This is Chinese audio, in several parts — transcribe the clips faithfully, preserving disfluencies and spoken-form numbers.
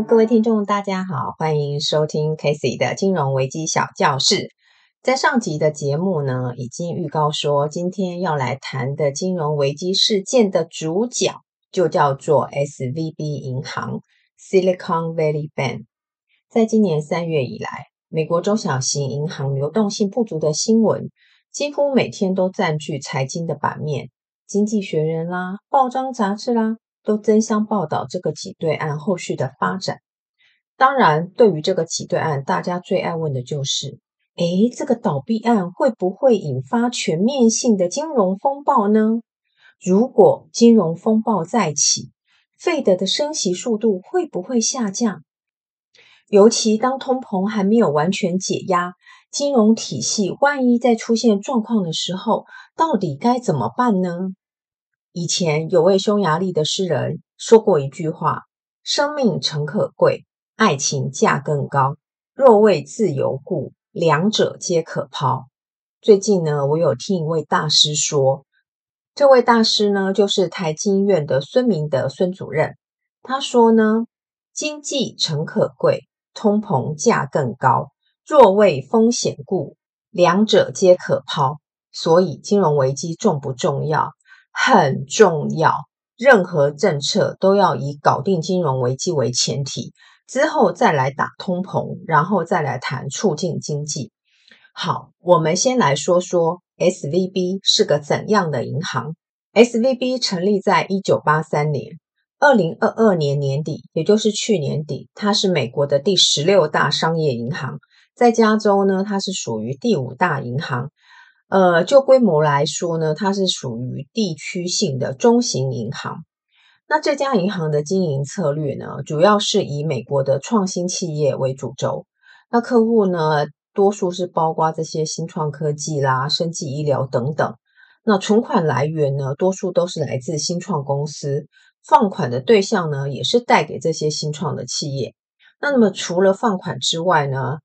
各位听众大家好，欢迎收听 Casey 的金融危机小教室。在上集的节目呢，已经预告说今天要来谈的金融危机事件的主角就叫做 S V B 银行 Silicon Valley Bank。 在今年三月以来，美国中小型银行流动性不足的新闻几乎每天都占据财经的版面，经济学人啦、报章杂志啦都争相报道这个挤兑案后续的发展。当然，对于这个挤兑案，大家最爱问的就是诶，这个倒闭案会不会引发全面性的金融风暴呢？如果金融风暴再起，费德的升息速度会不会下降？尤其当通膨还没有完全解压，金融体系万一再出现状况的时候，到底该怎么办呢？以前有位匈牙利的诗人说过一句话：生命诚可贵，爱情价更高，若为自由故，两者皆可抛。最近呢，我有听一位大师说，这位大师呢，就是台经院的孙明德孙主任。他说呢，经济诚可贵，通膨价更高，若为风险故，两者皆可抛。所以金融危机重不重要？很重要，任何政策都要以搞定金融危机为前提，之后再来打通膨，然后再来谈促进经济。好，我们先来说说 S V B 是个怎样的银行。 S V B 成立在一九八三年，二零二二年年底，也就是去年底，它是美国的第十六大商业银行，在加州呢，它是属于第五大银行。呃，就规模来说呢，它是属于地区性的中型银行。那这家银行的经营策略呢，主要是以美国的创新企业为主轴。那客户呢，多数是包括这些新创科技啦、生技医疗等等。那存款来源呢，多数都是来自新创公司，放款的对象呢，也是贷给这些新创的企业。那么除了放款之外呢，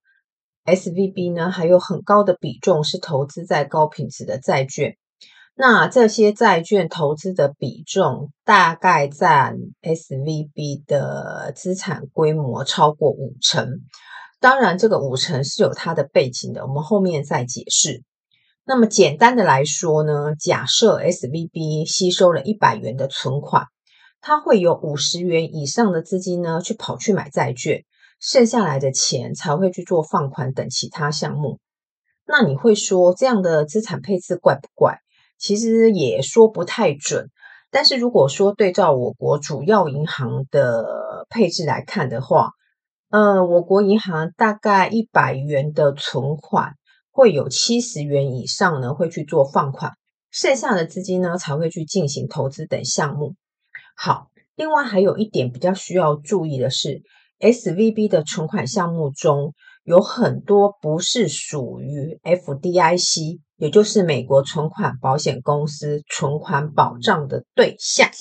S V B 呢还有很高的比重是投资在高品质的债券。那这些债券投资的比重大概占 S V B 的资产规模超过五成。当然这个五成是有它的背景的，我们后面再解释。那么简单的来说呢，假设 S V B 吸收了一百元的存款，它会有五十元以上的资金呢去跑去买债券，剩下来的钱才会去做放款等其他项目。那你会说这样的资产配置怪不怪？其实也说不太准。但是如果说对照我国主要银行的配置来看的话，呃，我国银行大概一百元的存款会有七十元以上呢会去做放款，剩下的资金呢才会去进行投资等项目。好，另外还有一点比较需要注意的是， S V B 的存款项目中有很多不是属于 F D I C， 也就是美国存款保险公司存款保障的对象。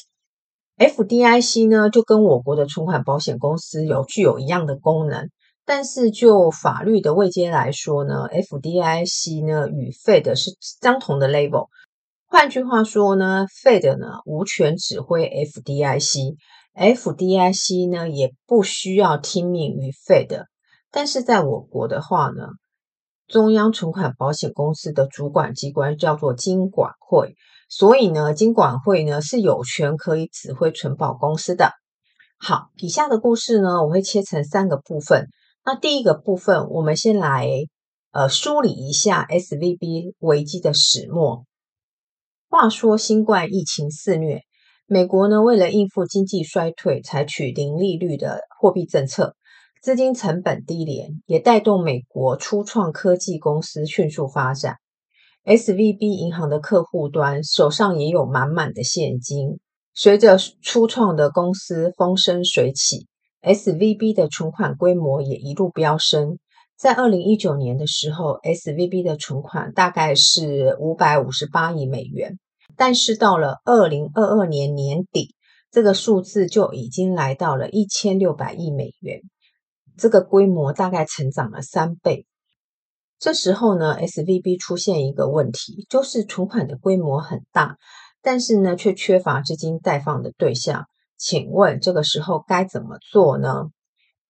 F D I C 呢，就跟我国的存款保险公司有具有一样的功能，但是就法律的位阶来说呢， F D I C 呢与 Fed 是相同的 level。换句话说呢， Fed 呢无权指挥 F D I C， F D I C 呢也不需要听命于 Fed。 但是在我国的话呢，中央存款保险公司的主管机关叫做金管会，所以呢，金管会呢是有权可以指挥存保公司的。好，以下的故事呢，我会切成三个部分。那第一个部分，我们先来呃梳理一下 S V B 危机的始末。话说新冠疫情肆虐，美国呢为了应付经济衰退，采取零利率的货币政策，资金成本低廉，也带动美国初创科技公司迅速发展。S V B 银行的客户端手上也有满满的现金，随着初创的公司风生水起， S V B 的存款规模也一路飙升。在二零一九年的时候， S V B 的存款大概是五百五十八亿美元，但是到了二零二二年年底，这个数字就已经来到了一千六百亿美元，这个规模大概成长了三倍。这时候呢 S V B 出现一个问题，就是存款的规模很大，但是呢却缺乏资金贷放的对象。请问这个时候该怎么做呢？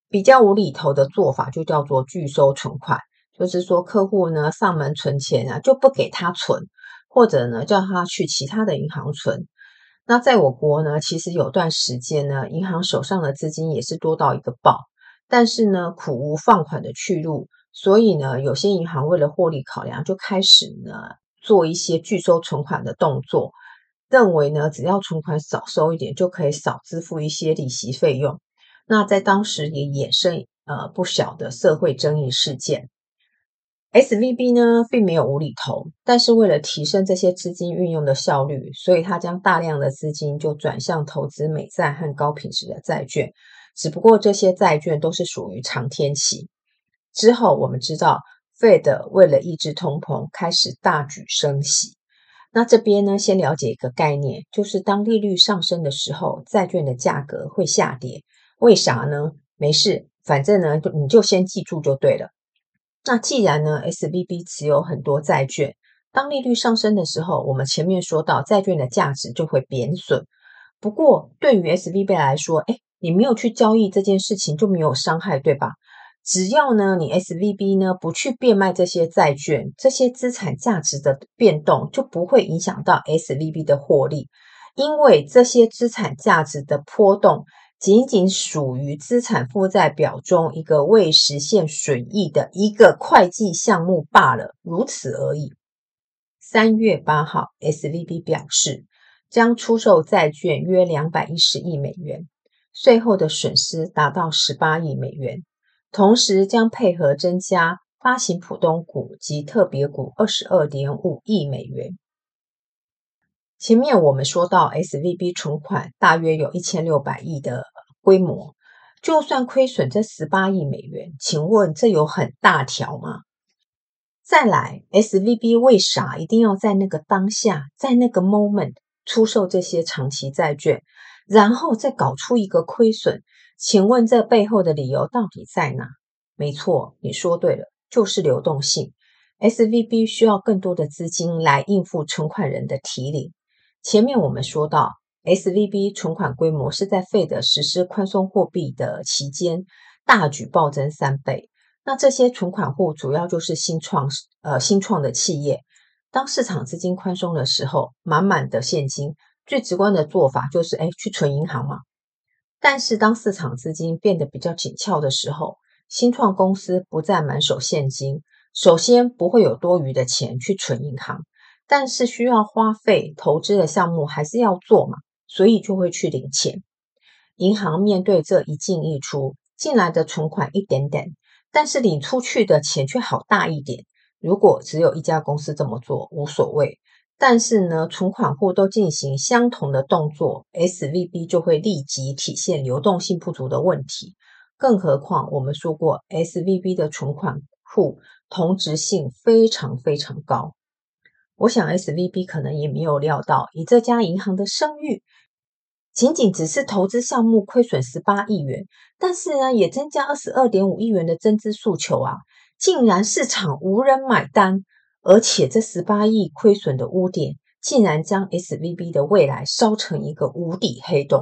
比较无厘头的做法就叫做拒收存款，就是说客户呢上门存钱啊，就不给他存，或者呢叫他去其他的银行存。那在我国呢，其实有段时间呢，银行手上的资金也是多到一个爆，但是呢苦无放款的去路，所以呢有些银行为了获利考量，就开始呢做一些拒收存款的动作，认为呢只要存款少收一点，就可以少支付一些利息费用。那在当时也衍生呃不小的社会争议事件。S V B 呢并没有无厘头，但是为了提升这些资金运用的效率，所以他将大量的资金就转向投资美债和高品质的债券。只不过这些债券都是属于长天期。之后我们知道 Fed 为了抑制通膨，开始大举升息。那这边呢，先了解一个概念，就是当利率上升的时候，债券的价格会下跌。为啥呢？没事，反正呢，你就先记住就对了。那既然呢 S V B 持有很多债券，当利率上升的时候，我们前面说到债券的价值就会贬损。不过对于 S V B 来说，诶，你没有去交易这件事情就没有伤害，对吧？只要呢你 S V B 呢不去变卖这些债券，这些资产价值的变动就不会影响到 S V B 的获利，因为这些资产价值的波动仅仅属于资产负债表中一个未实现损益的一个会计项目罢了，如此而已。三月八号 S V B 表示将出售债券约两百一十亿美元，税后的损失达到十八亿美元，同时将配合增加发行普通股及特别股 二十二点五亿美元。前面我们说到 S V B 存款大约有一千六百亿的规模，就算亏损这十八亿美元，请问这有很大条吗？再来 S V B 为啥一定要在那个当下，在那个 moment 出售这些长期债券，然后再搞出一个亏损？请问这背后的理由到底在哪？没错，你说对了，就是流动性。S V B 需要更多的资金来应付存款人的提领。前面我们说到 S V B 存款规模是在 Fed 实施宽松货币的期间大举暴增三倍。那这些存款户主要就是新创呃新创的企业。当市场资金宽松的时候，满满的现金，最直观的做法就是诶去存银行嘛。但是当市场资金变得比较紧俏的时候，新创公司不再满手现金，首先不会有多余的钱去存银行，但是需要花费投资的项目还是要做嘛，所以就会去领钱。银行面对这一进一出，进来的存款一点点，但是领出去的钱却好大一点。如果只有一家公司这么做无所谓，但是呢存款户都进行相同的动作， S V B 就会立即体现流动性不足的问题。更何况我们说过 S V B 的存款户同质性非常非常高。我想 S V B 可能也没有料到，以这家银行的声誉，仅仅只是投资项目亏损十八亿元，但是呢也增加 二十二点五亿元的增资诉求啊，竟然市场无人买单，而且这十八亿亏损的污点竟然将 S V B 的未来烧成一个无底黑洞。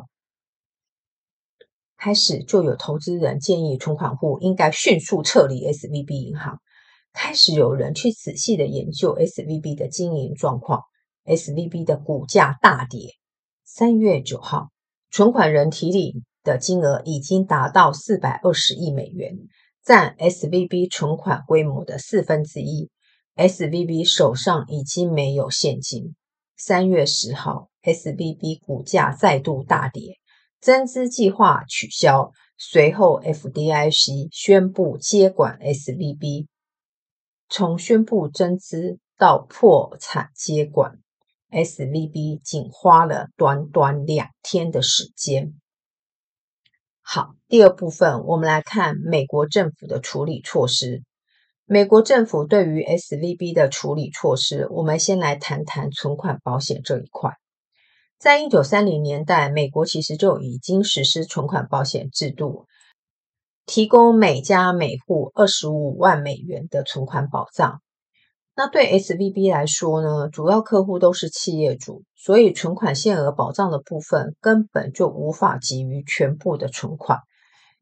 开始就有投资人建议存款户应该迅速撤离 S V B 银行，开始有人去仔细的研究 S V B 的经营状况， S V B 的股价大跌。三月九号，存款人提领的金额已经达到四百二十亿美元，占 S V B 存款规模的四分之一。S V B 手上已经没有现金。三月十号 S V B 股价再度大跌，增资计划取消，随后 F D I C 宣布接管 S V B。 从宣布增资到破产接管， S V B 仅花了短短两天的时间。好，第二部分我们来看美国政府的处理措施。美国政府对于 S V B 的处理措施，我们先来谈谈存款保险这一块。在一九三零年代，美国其实就已经实施存款保险制度，提供每家每户二十五万美元的存款保障。那对 S V B 来说呢，主要客户都是企业主，所以存款限额保障的部分根本就无法给予全部的存款。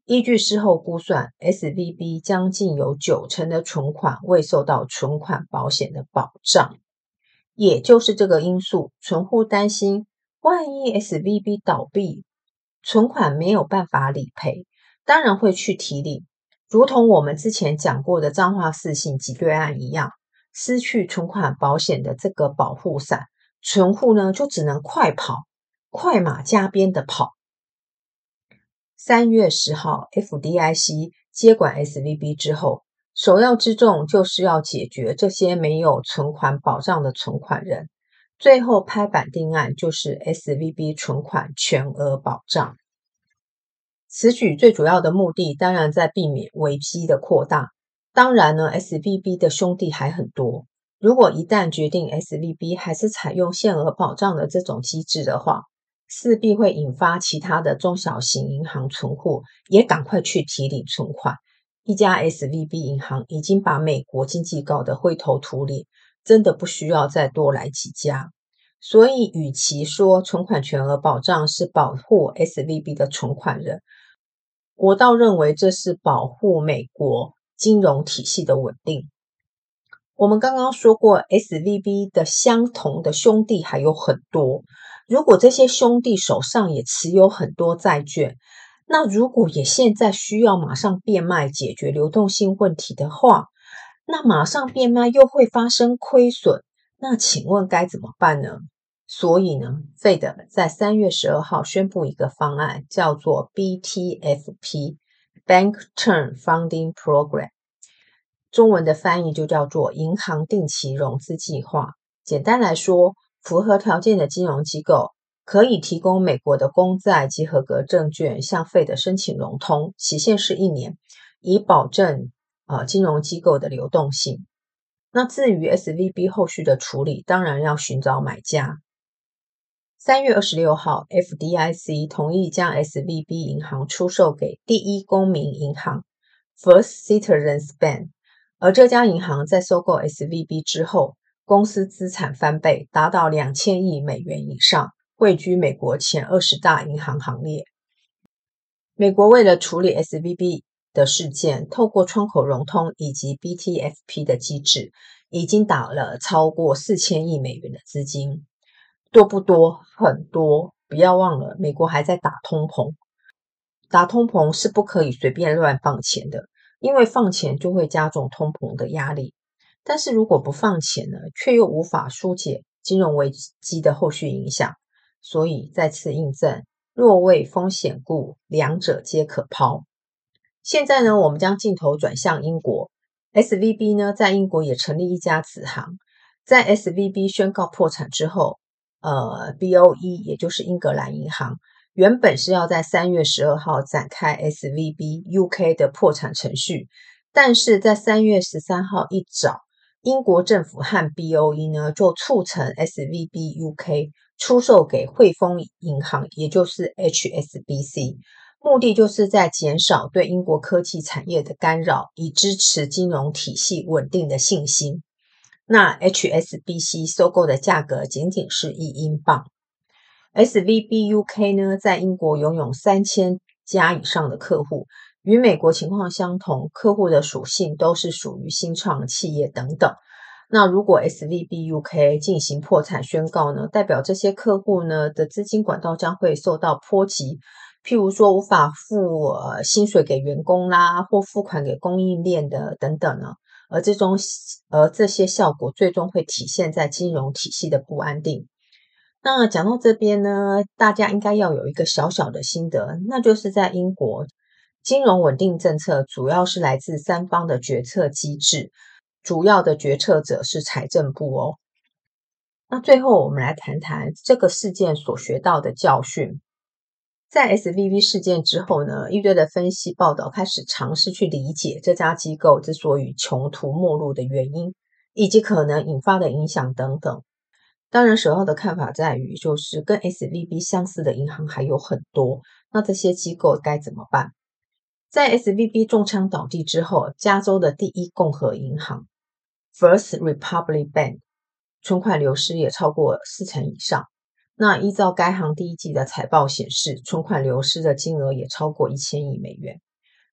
依据事后估算 ，S V B 将近有九成的存款未受到存款保险的保障。也就是这个因素，存户担心，万一 S V B 倒闭，存款没有办法理赔，当然会去提领。如同我们之前讲过的彰化四信挤兑案一样，失去存款保险的这个保护伞，存户呢就只能快跑，快马加鞭的跑。三月十号 F D I C 接管 S V B 之后，首要之重就是要解决这些没有存款保障的存款人，最后拍板定案就是 S V B 存款全额保障。此举最主要的目的当然在避免危机的扩大。当然呢 S V B 的兄弟还很多，如果一旦决定 S V B 还是采用限额保障的这种机制的话，势必会引发其他的中小型银行存户也赶快去提领存款。一家 S V B 银行已经把美国经济搞得灰头土脸，真的不需要再多来几家。所以与其说存款全额保障是保护 S V B 的存款人，我倒认为这是保护美国金融体系的稳定。我们刚刚说过 S V B 的相同的兄弟还有很多，如果这些兄弟手上也持有很多债券，那如果也现在需要马上变卖解决流动性问题的话，那马上变卖又会发生亏损，那请问该怎么办呢？所以呢 Fed 在三月十二号宣布一个方案，叫做 B T F P Bank Term Funding Program， 中文的翻译就叫做银行定期融资计划。简单来说，符合条件的金融机构可以提供美国的公债及合格证券向 Fed 申请融通，期限是一年，以保证、呃、金融机构的流动性。那至于 S V B 后续的处理，当然要寻找买家。三月二十六号 F D I C 同意将 S V B 银行出售给第一公民银行 First Citizens Bank， 而这家银行在收购 S V B 之后，公司资产翻倍，达到两千亿美元以上，位居美国前二十大银行行列。美国为了处理 S V B 的事件，透过窗口融通以及 B T F P 的机制，已经打了超过四千亿美元的资金。多不多？很多。不要忘了，美国还在打通膨。打通膨是不可以随便乱放钱的，因为放钱就会加重通膨的压力。但是如果不放钱呢，却又无法疏解金融危机的后续影响。所以再次印证，若为风险故，两者皆可抛。现在呢，我们将镜头转向英国。S V B 呢，在英国也成立一家子行。在 S V B 宣告破产之后，呃 B O E 也就是英格兰银行原本是要在三月十二号展开 S V B U K 的破产程序，但是在三月十三号一早，英国政府和 B O E 呢就促成 S V B U K 出售给汇丰银行，也就是 H S B C， 目的就是在减少对英国科技产业的干扰，以支持金融体系稳定的信心。那 H S B C 收购的价格仅仅是一英镑。S V B U K 呢，在英国拥有三千家以上的客户，与美国情况相同，客户的属性都是属于新创企业等等。那如果 S V B U K 进行破产宣告呢，代表这些客户呢的资金管道将会受到波及，譬如说无法付、呃、薪水给员工啦，或付款给供应链的等等呢。而这种而这些效果最终会体现在金融体系的不安定。那讲到这边呢，大家应该要有一个小小的心得，那就是在英国，金融稳定政策主要是来自三方的决策机制，主要的决策者是财政部哦。那最后我们来谈谈这个事件所学到的教训。在 S V B 事件之后呢，一堆的分析报道开始尝试去理解这家机构之所以穷途末路的原因，以及可能引发的影响等等。当然首要的看法在于，就是跟 S V B 相似的银行还有很多，那这些机构该怎么办？在 S V B 中枪倒地之后，加州的第一共和银行 First Republic Bank 存款流失也超过四成以上。那依照该行第一季的财报显示，存款流失的金额也超过一千亿美元。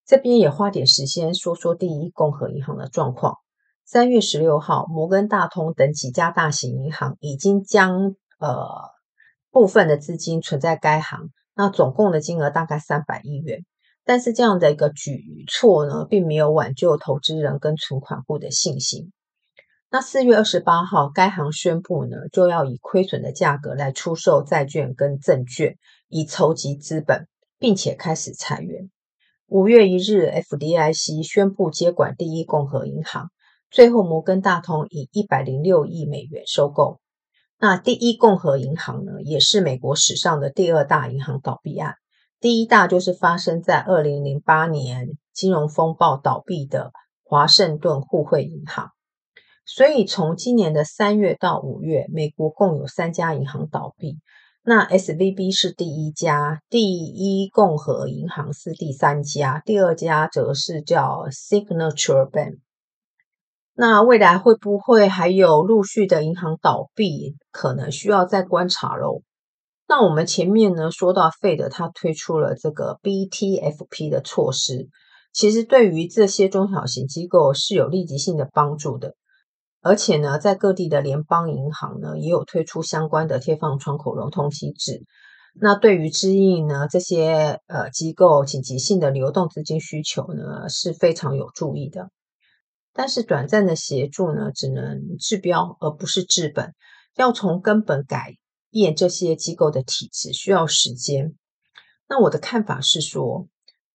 这边也花点时间说说第一共和银行的状况。三月十六号，摩根大通等几家大型银行已经将呃部分的资金存在该行，那总共的金额大概三百亿元。但是这样的一个举措呢，并没有挽救投资人跟存款户的信心。那四月二十八号，该行宣布呢，就要以亏损的价格来出售债券跟证券，以筹集资本，并且开始裁员。五月一日 ，F D I C 宣布接管第一共和银行，最后摩根大通以一百零六亿美元收购。那第一共和银行呢，也是美国史上的第二大银行倒闭案。第一大就是发生在二零零八年金融风暴倒闭的华盛顿互惠银行。所以从今年的三月到五月，美国共有三家银行倒闭。那 S V B 是第一家，第一共和银行是第三家，第二家则是叫 Signature Bank。那未来会不会还有陆续的银行倒闭，可能需要再观察咯。那我们前面呢说到 Fed 它推出了这个 B T F P 的措施，其实对于这些中小型机构是有立即性的帮助的。而且呢，在各地的联邦银行呢，也有推出相关的贴放窗口融通机制。那对于支应呢这些呃机构紧急性的流动资金需求呢，是非常有助益的。但是短暂的协助呢，只能治标而不是治本，要从根本改变这些机构的体质，需要时间。那我的看法是说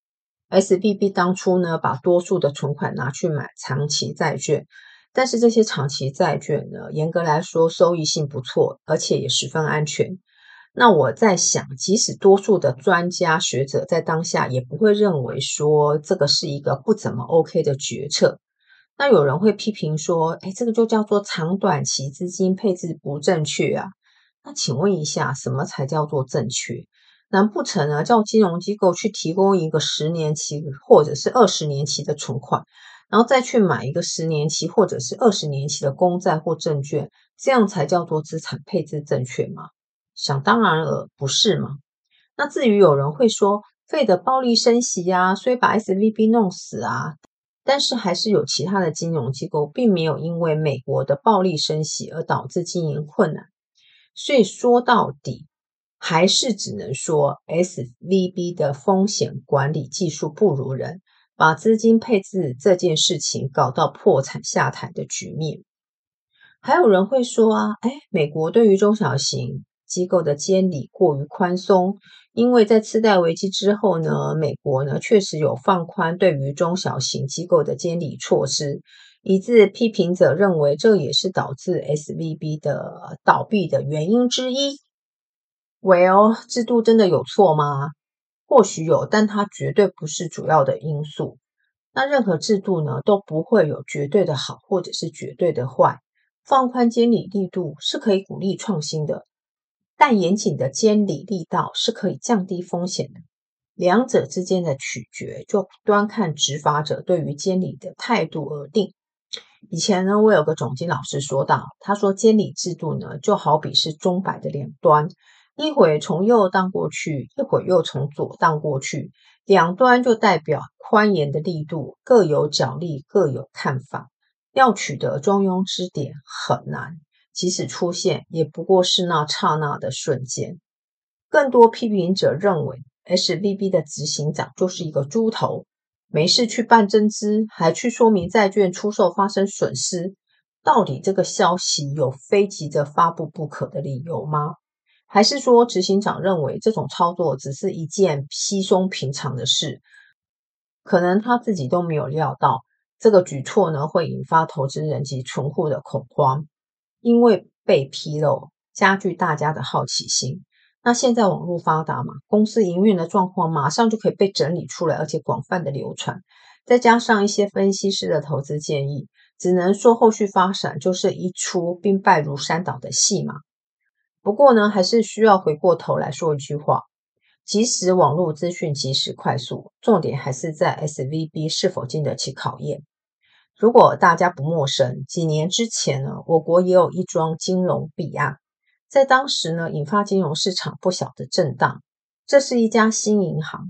，S V B 当初呢，把多数的存款拿去买长期债券。但是这些长期债券呢，严格来说收益性不错，而且也十分安全。那我在想，即使多数的专家学者在当下也不会认为说这个是一个不怎么 OK 的决策。那有人会批评说，诶，这个就叫做长短期资金配置不正确啊。那请问一下，什么才叫做正确？难不成呢，叫金融机构去提供一个十年期或者是二十年期的存款，然后再去买一个十年期或者是二十年期的公债或证券，这样才叫做资产配置正确吗？想当然了，不是吗？那至于有人会说费的暴力升息啊，所以把 S V B 弄死啊，但是还是有其他的金融机构并没有因为美国的暴力升息而导致经营困难。所以说到底还是只能说 S V B 的风险管理技术不如人，把资金配置这件事情搞到破产下台的局面。还有人会说啊，诶，美国对于中小型机构的监理过于宽松，因为在次贷危机之后呢，美国呢确实有放宽对于中小型机构的监理措施，以致批评者认为这也是导致 S V B 的倒闭的原因之一。Well， 制度真的有错吗？或许有，但它绝对不是主要的因素。那任何制度呢，都不会有绝对的好或者是绝对的坏。放宽监理力度是可以鼓励创新的，但严谨的监理力道是可以降低风险的。两者之间的取决，就端看执法者对于监理的态度而定。以前呢，我有个总经老师说到，他说监理制度呢，就好比是钟摆的两端，一会从右荡过去，一会又从左荡过去，两端就代表宽严的力度，各有角力，各有看法。要取得中庸之点很难，即使出现，也不过是那刹那的瞬间。更多批评者认为 S V B 的执行长就是一个猪头，没事去办增资，还去说明债券出售发生损失。到底这个消息有非急着发布不可的理由吗？还是说执行长认为这种操作只是一件稀松平常的事，可能他自己都没有料到这个举措呢会引发投资人及存户的恐慌，因为被披露加剧大家的好奇心。那现在网络发达嘛，公司营运的状况马上就可以被整理出来，而且广泛的流传，再加上一些分析师的投资建议，只能说后续发展就是一出兵败如山倒的戏嘛。不过呢，还是需要回过头来说一句话，即使网络资讯及时快速，重点还是在 S V B 是否经得起考验。如果大家不陌生，几年之前呢，我国也有一桩金融弊案，在当时呢，引发金融市场不小的震荡。这是一家新银行，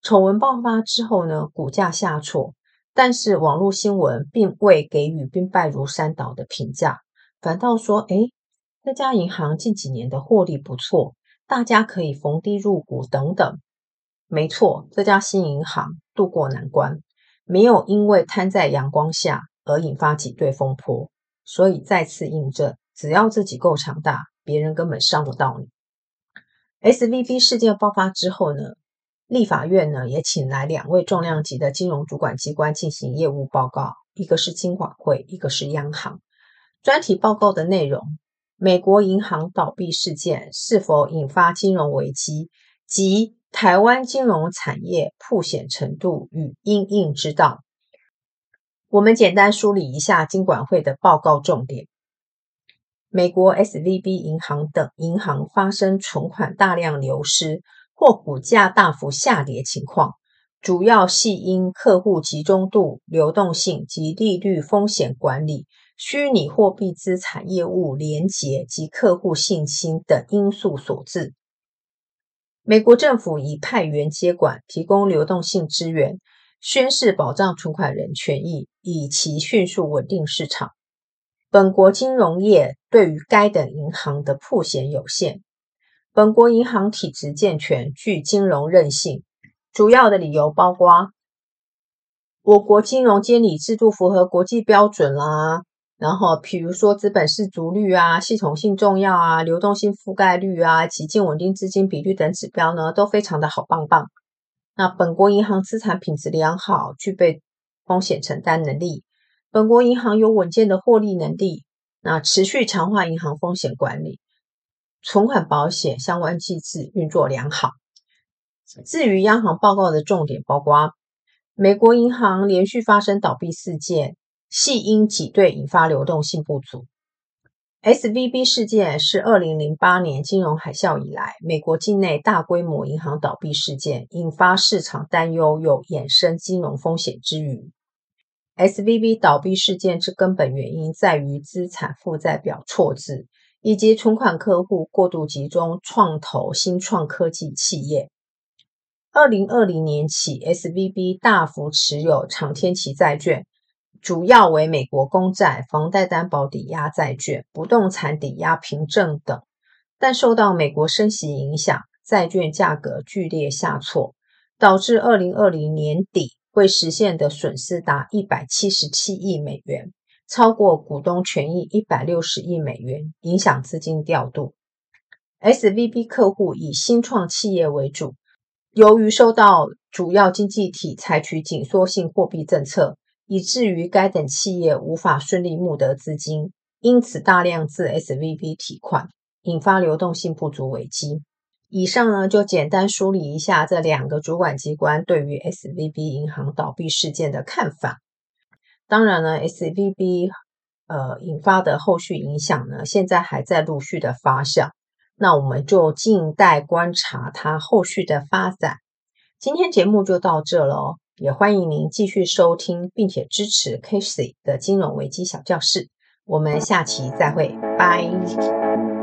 丑闻爆发之后呢，股价下挫，但是网络新闻并未给予兵败如山倒的评价，反倒说，诶，这家银行近几年的获利不错，大家可以逢低入股等等。没错，这家新银行渡过难关，没有因为摊在阳光下而引发挤兑风波，所以再次印证，只要自己够强大，别人根本伤不到你。S V B 事件爆发之后呢，立法院呢也请来两位重量级的金融主管机关进行业务报告，一个是金管会，一个是央行。专题报告的内容，美国银行倒闭事件是否引发金融危机及台湾金融产业曝险程度与因应之道。我们简单梳理一下金管会的报告重点。美国 S V B 银行等银行发生存款大量流失或股价大幅下跌情况，主要系因客户集中度、流动性及利率风险管理、虚拟货币资产业务连结及客户信心等因素所致。美国政府以派员接管，提供流动性支援，宣示保障存款人权益，以其迅速稳定市场。本国金融业对于该等银行的曝险有限。本国银行体制健全，具金融韧性。主要的理由包括我国金融监理制度符合国际标准啦，然后比如说资本适足率啊、系统性重要啊、流动性覆盖率啊、极净稳定资金比率等指标呢，都非常的好棒棒。那本国银行资产品质良好，具备风险承担能力。本国银行有稳健的获利能力，那持续强化银行风险管理，存款保险相关机制运作良好。至于央行报告的重点包括美国银行连续发生倒闭事件，系因挤兑引发流动性不足。S V B 事件是二零零八年金融海啸以来，美国境内大规模银行倒闭事件，引发市场担忧，有衍生金融风险之余。S V B 倒闭事件之根本原因在于资产负债表错置，以及存款客户过度集中创投新创科技企业。二零二零年起 ，S V B 大幅持有长天期债券，主要为美国公债、房贷担保抵押债券、不动产抵押凭证等，但受到美国升息影响，债券价格剧烈下挫，导致二零二零年底未实现的损失达一百七十七亿美元，超过股东权益一百六十亿美元，影响资金调度。S V B 客户以新创企业为主，由于受到主要经济体采取紧缩性货币政策，以至于该等企业无法顺利募得资金，因此大量自 S V B 提款，引发流动性不足危机。以上呢，就简单梳理一下这两个主管机关对于 S V B 银行倒闭事件的看法。当然呢 ，S V B 呃引发的后续影响呢，现在还在陆续的发酵。那我们就静待观察它后续的发展。今天节目就到这了哦，也欢迎您继续收听并且支持 Casey 的金融危机小教室。我们下期再会，拜。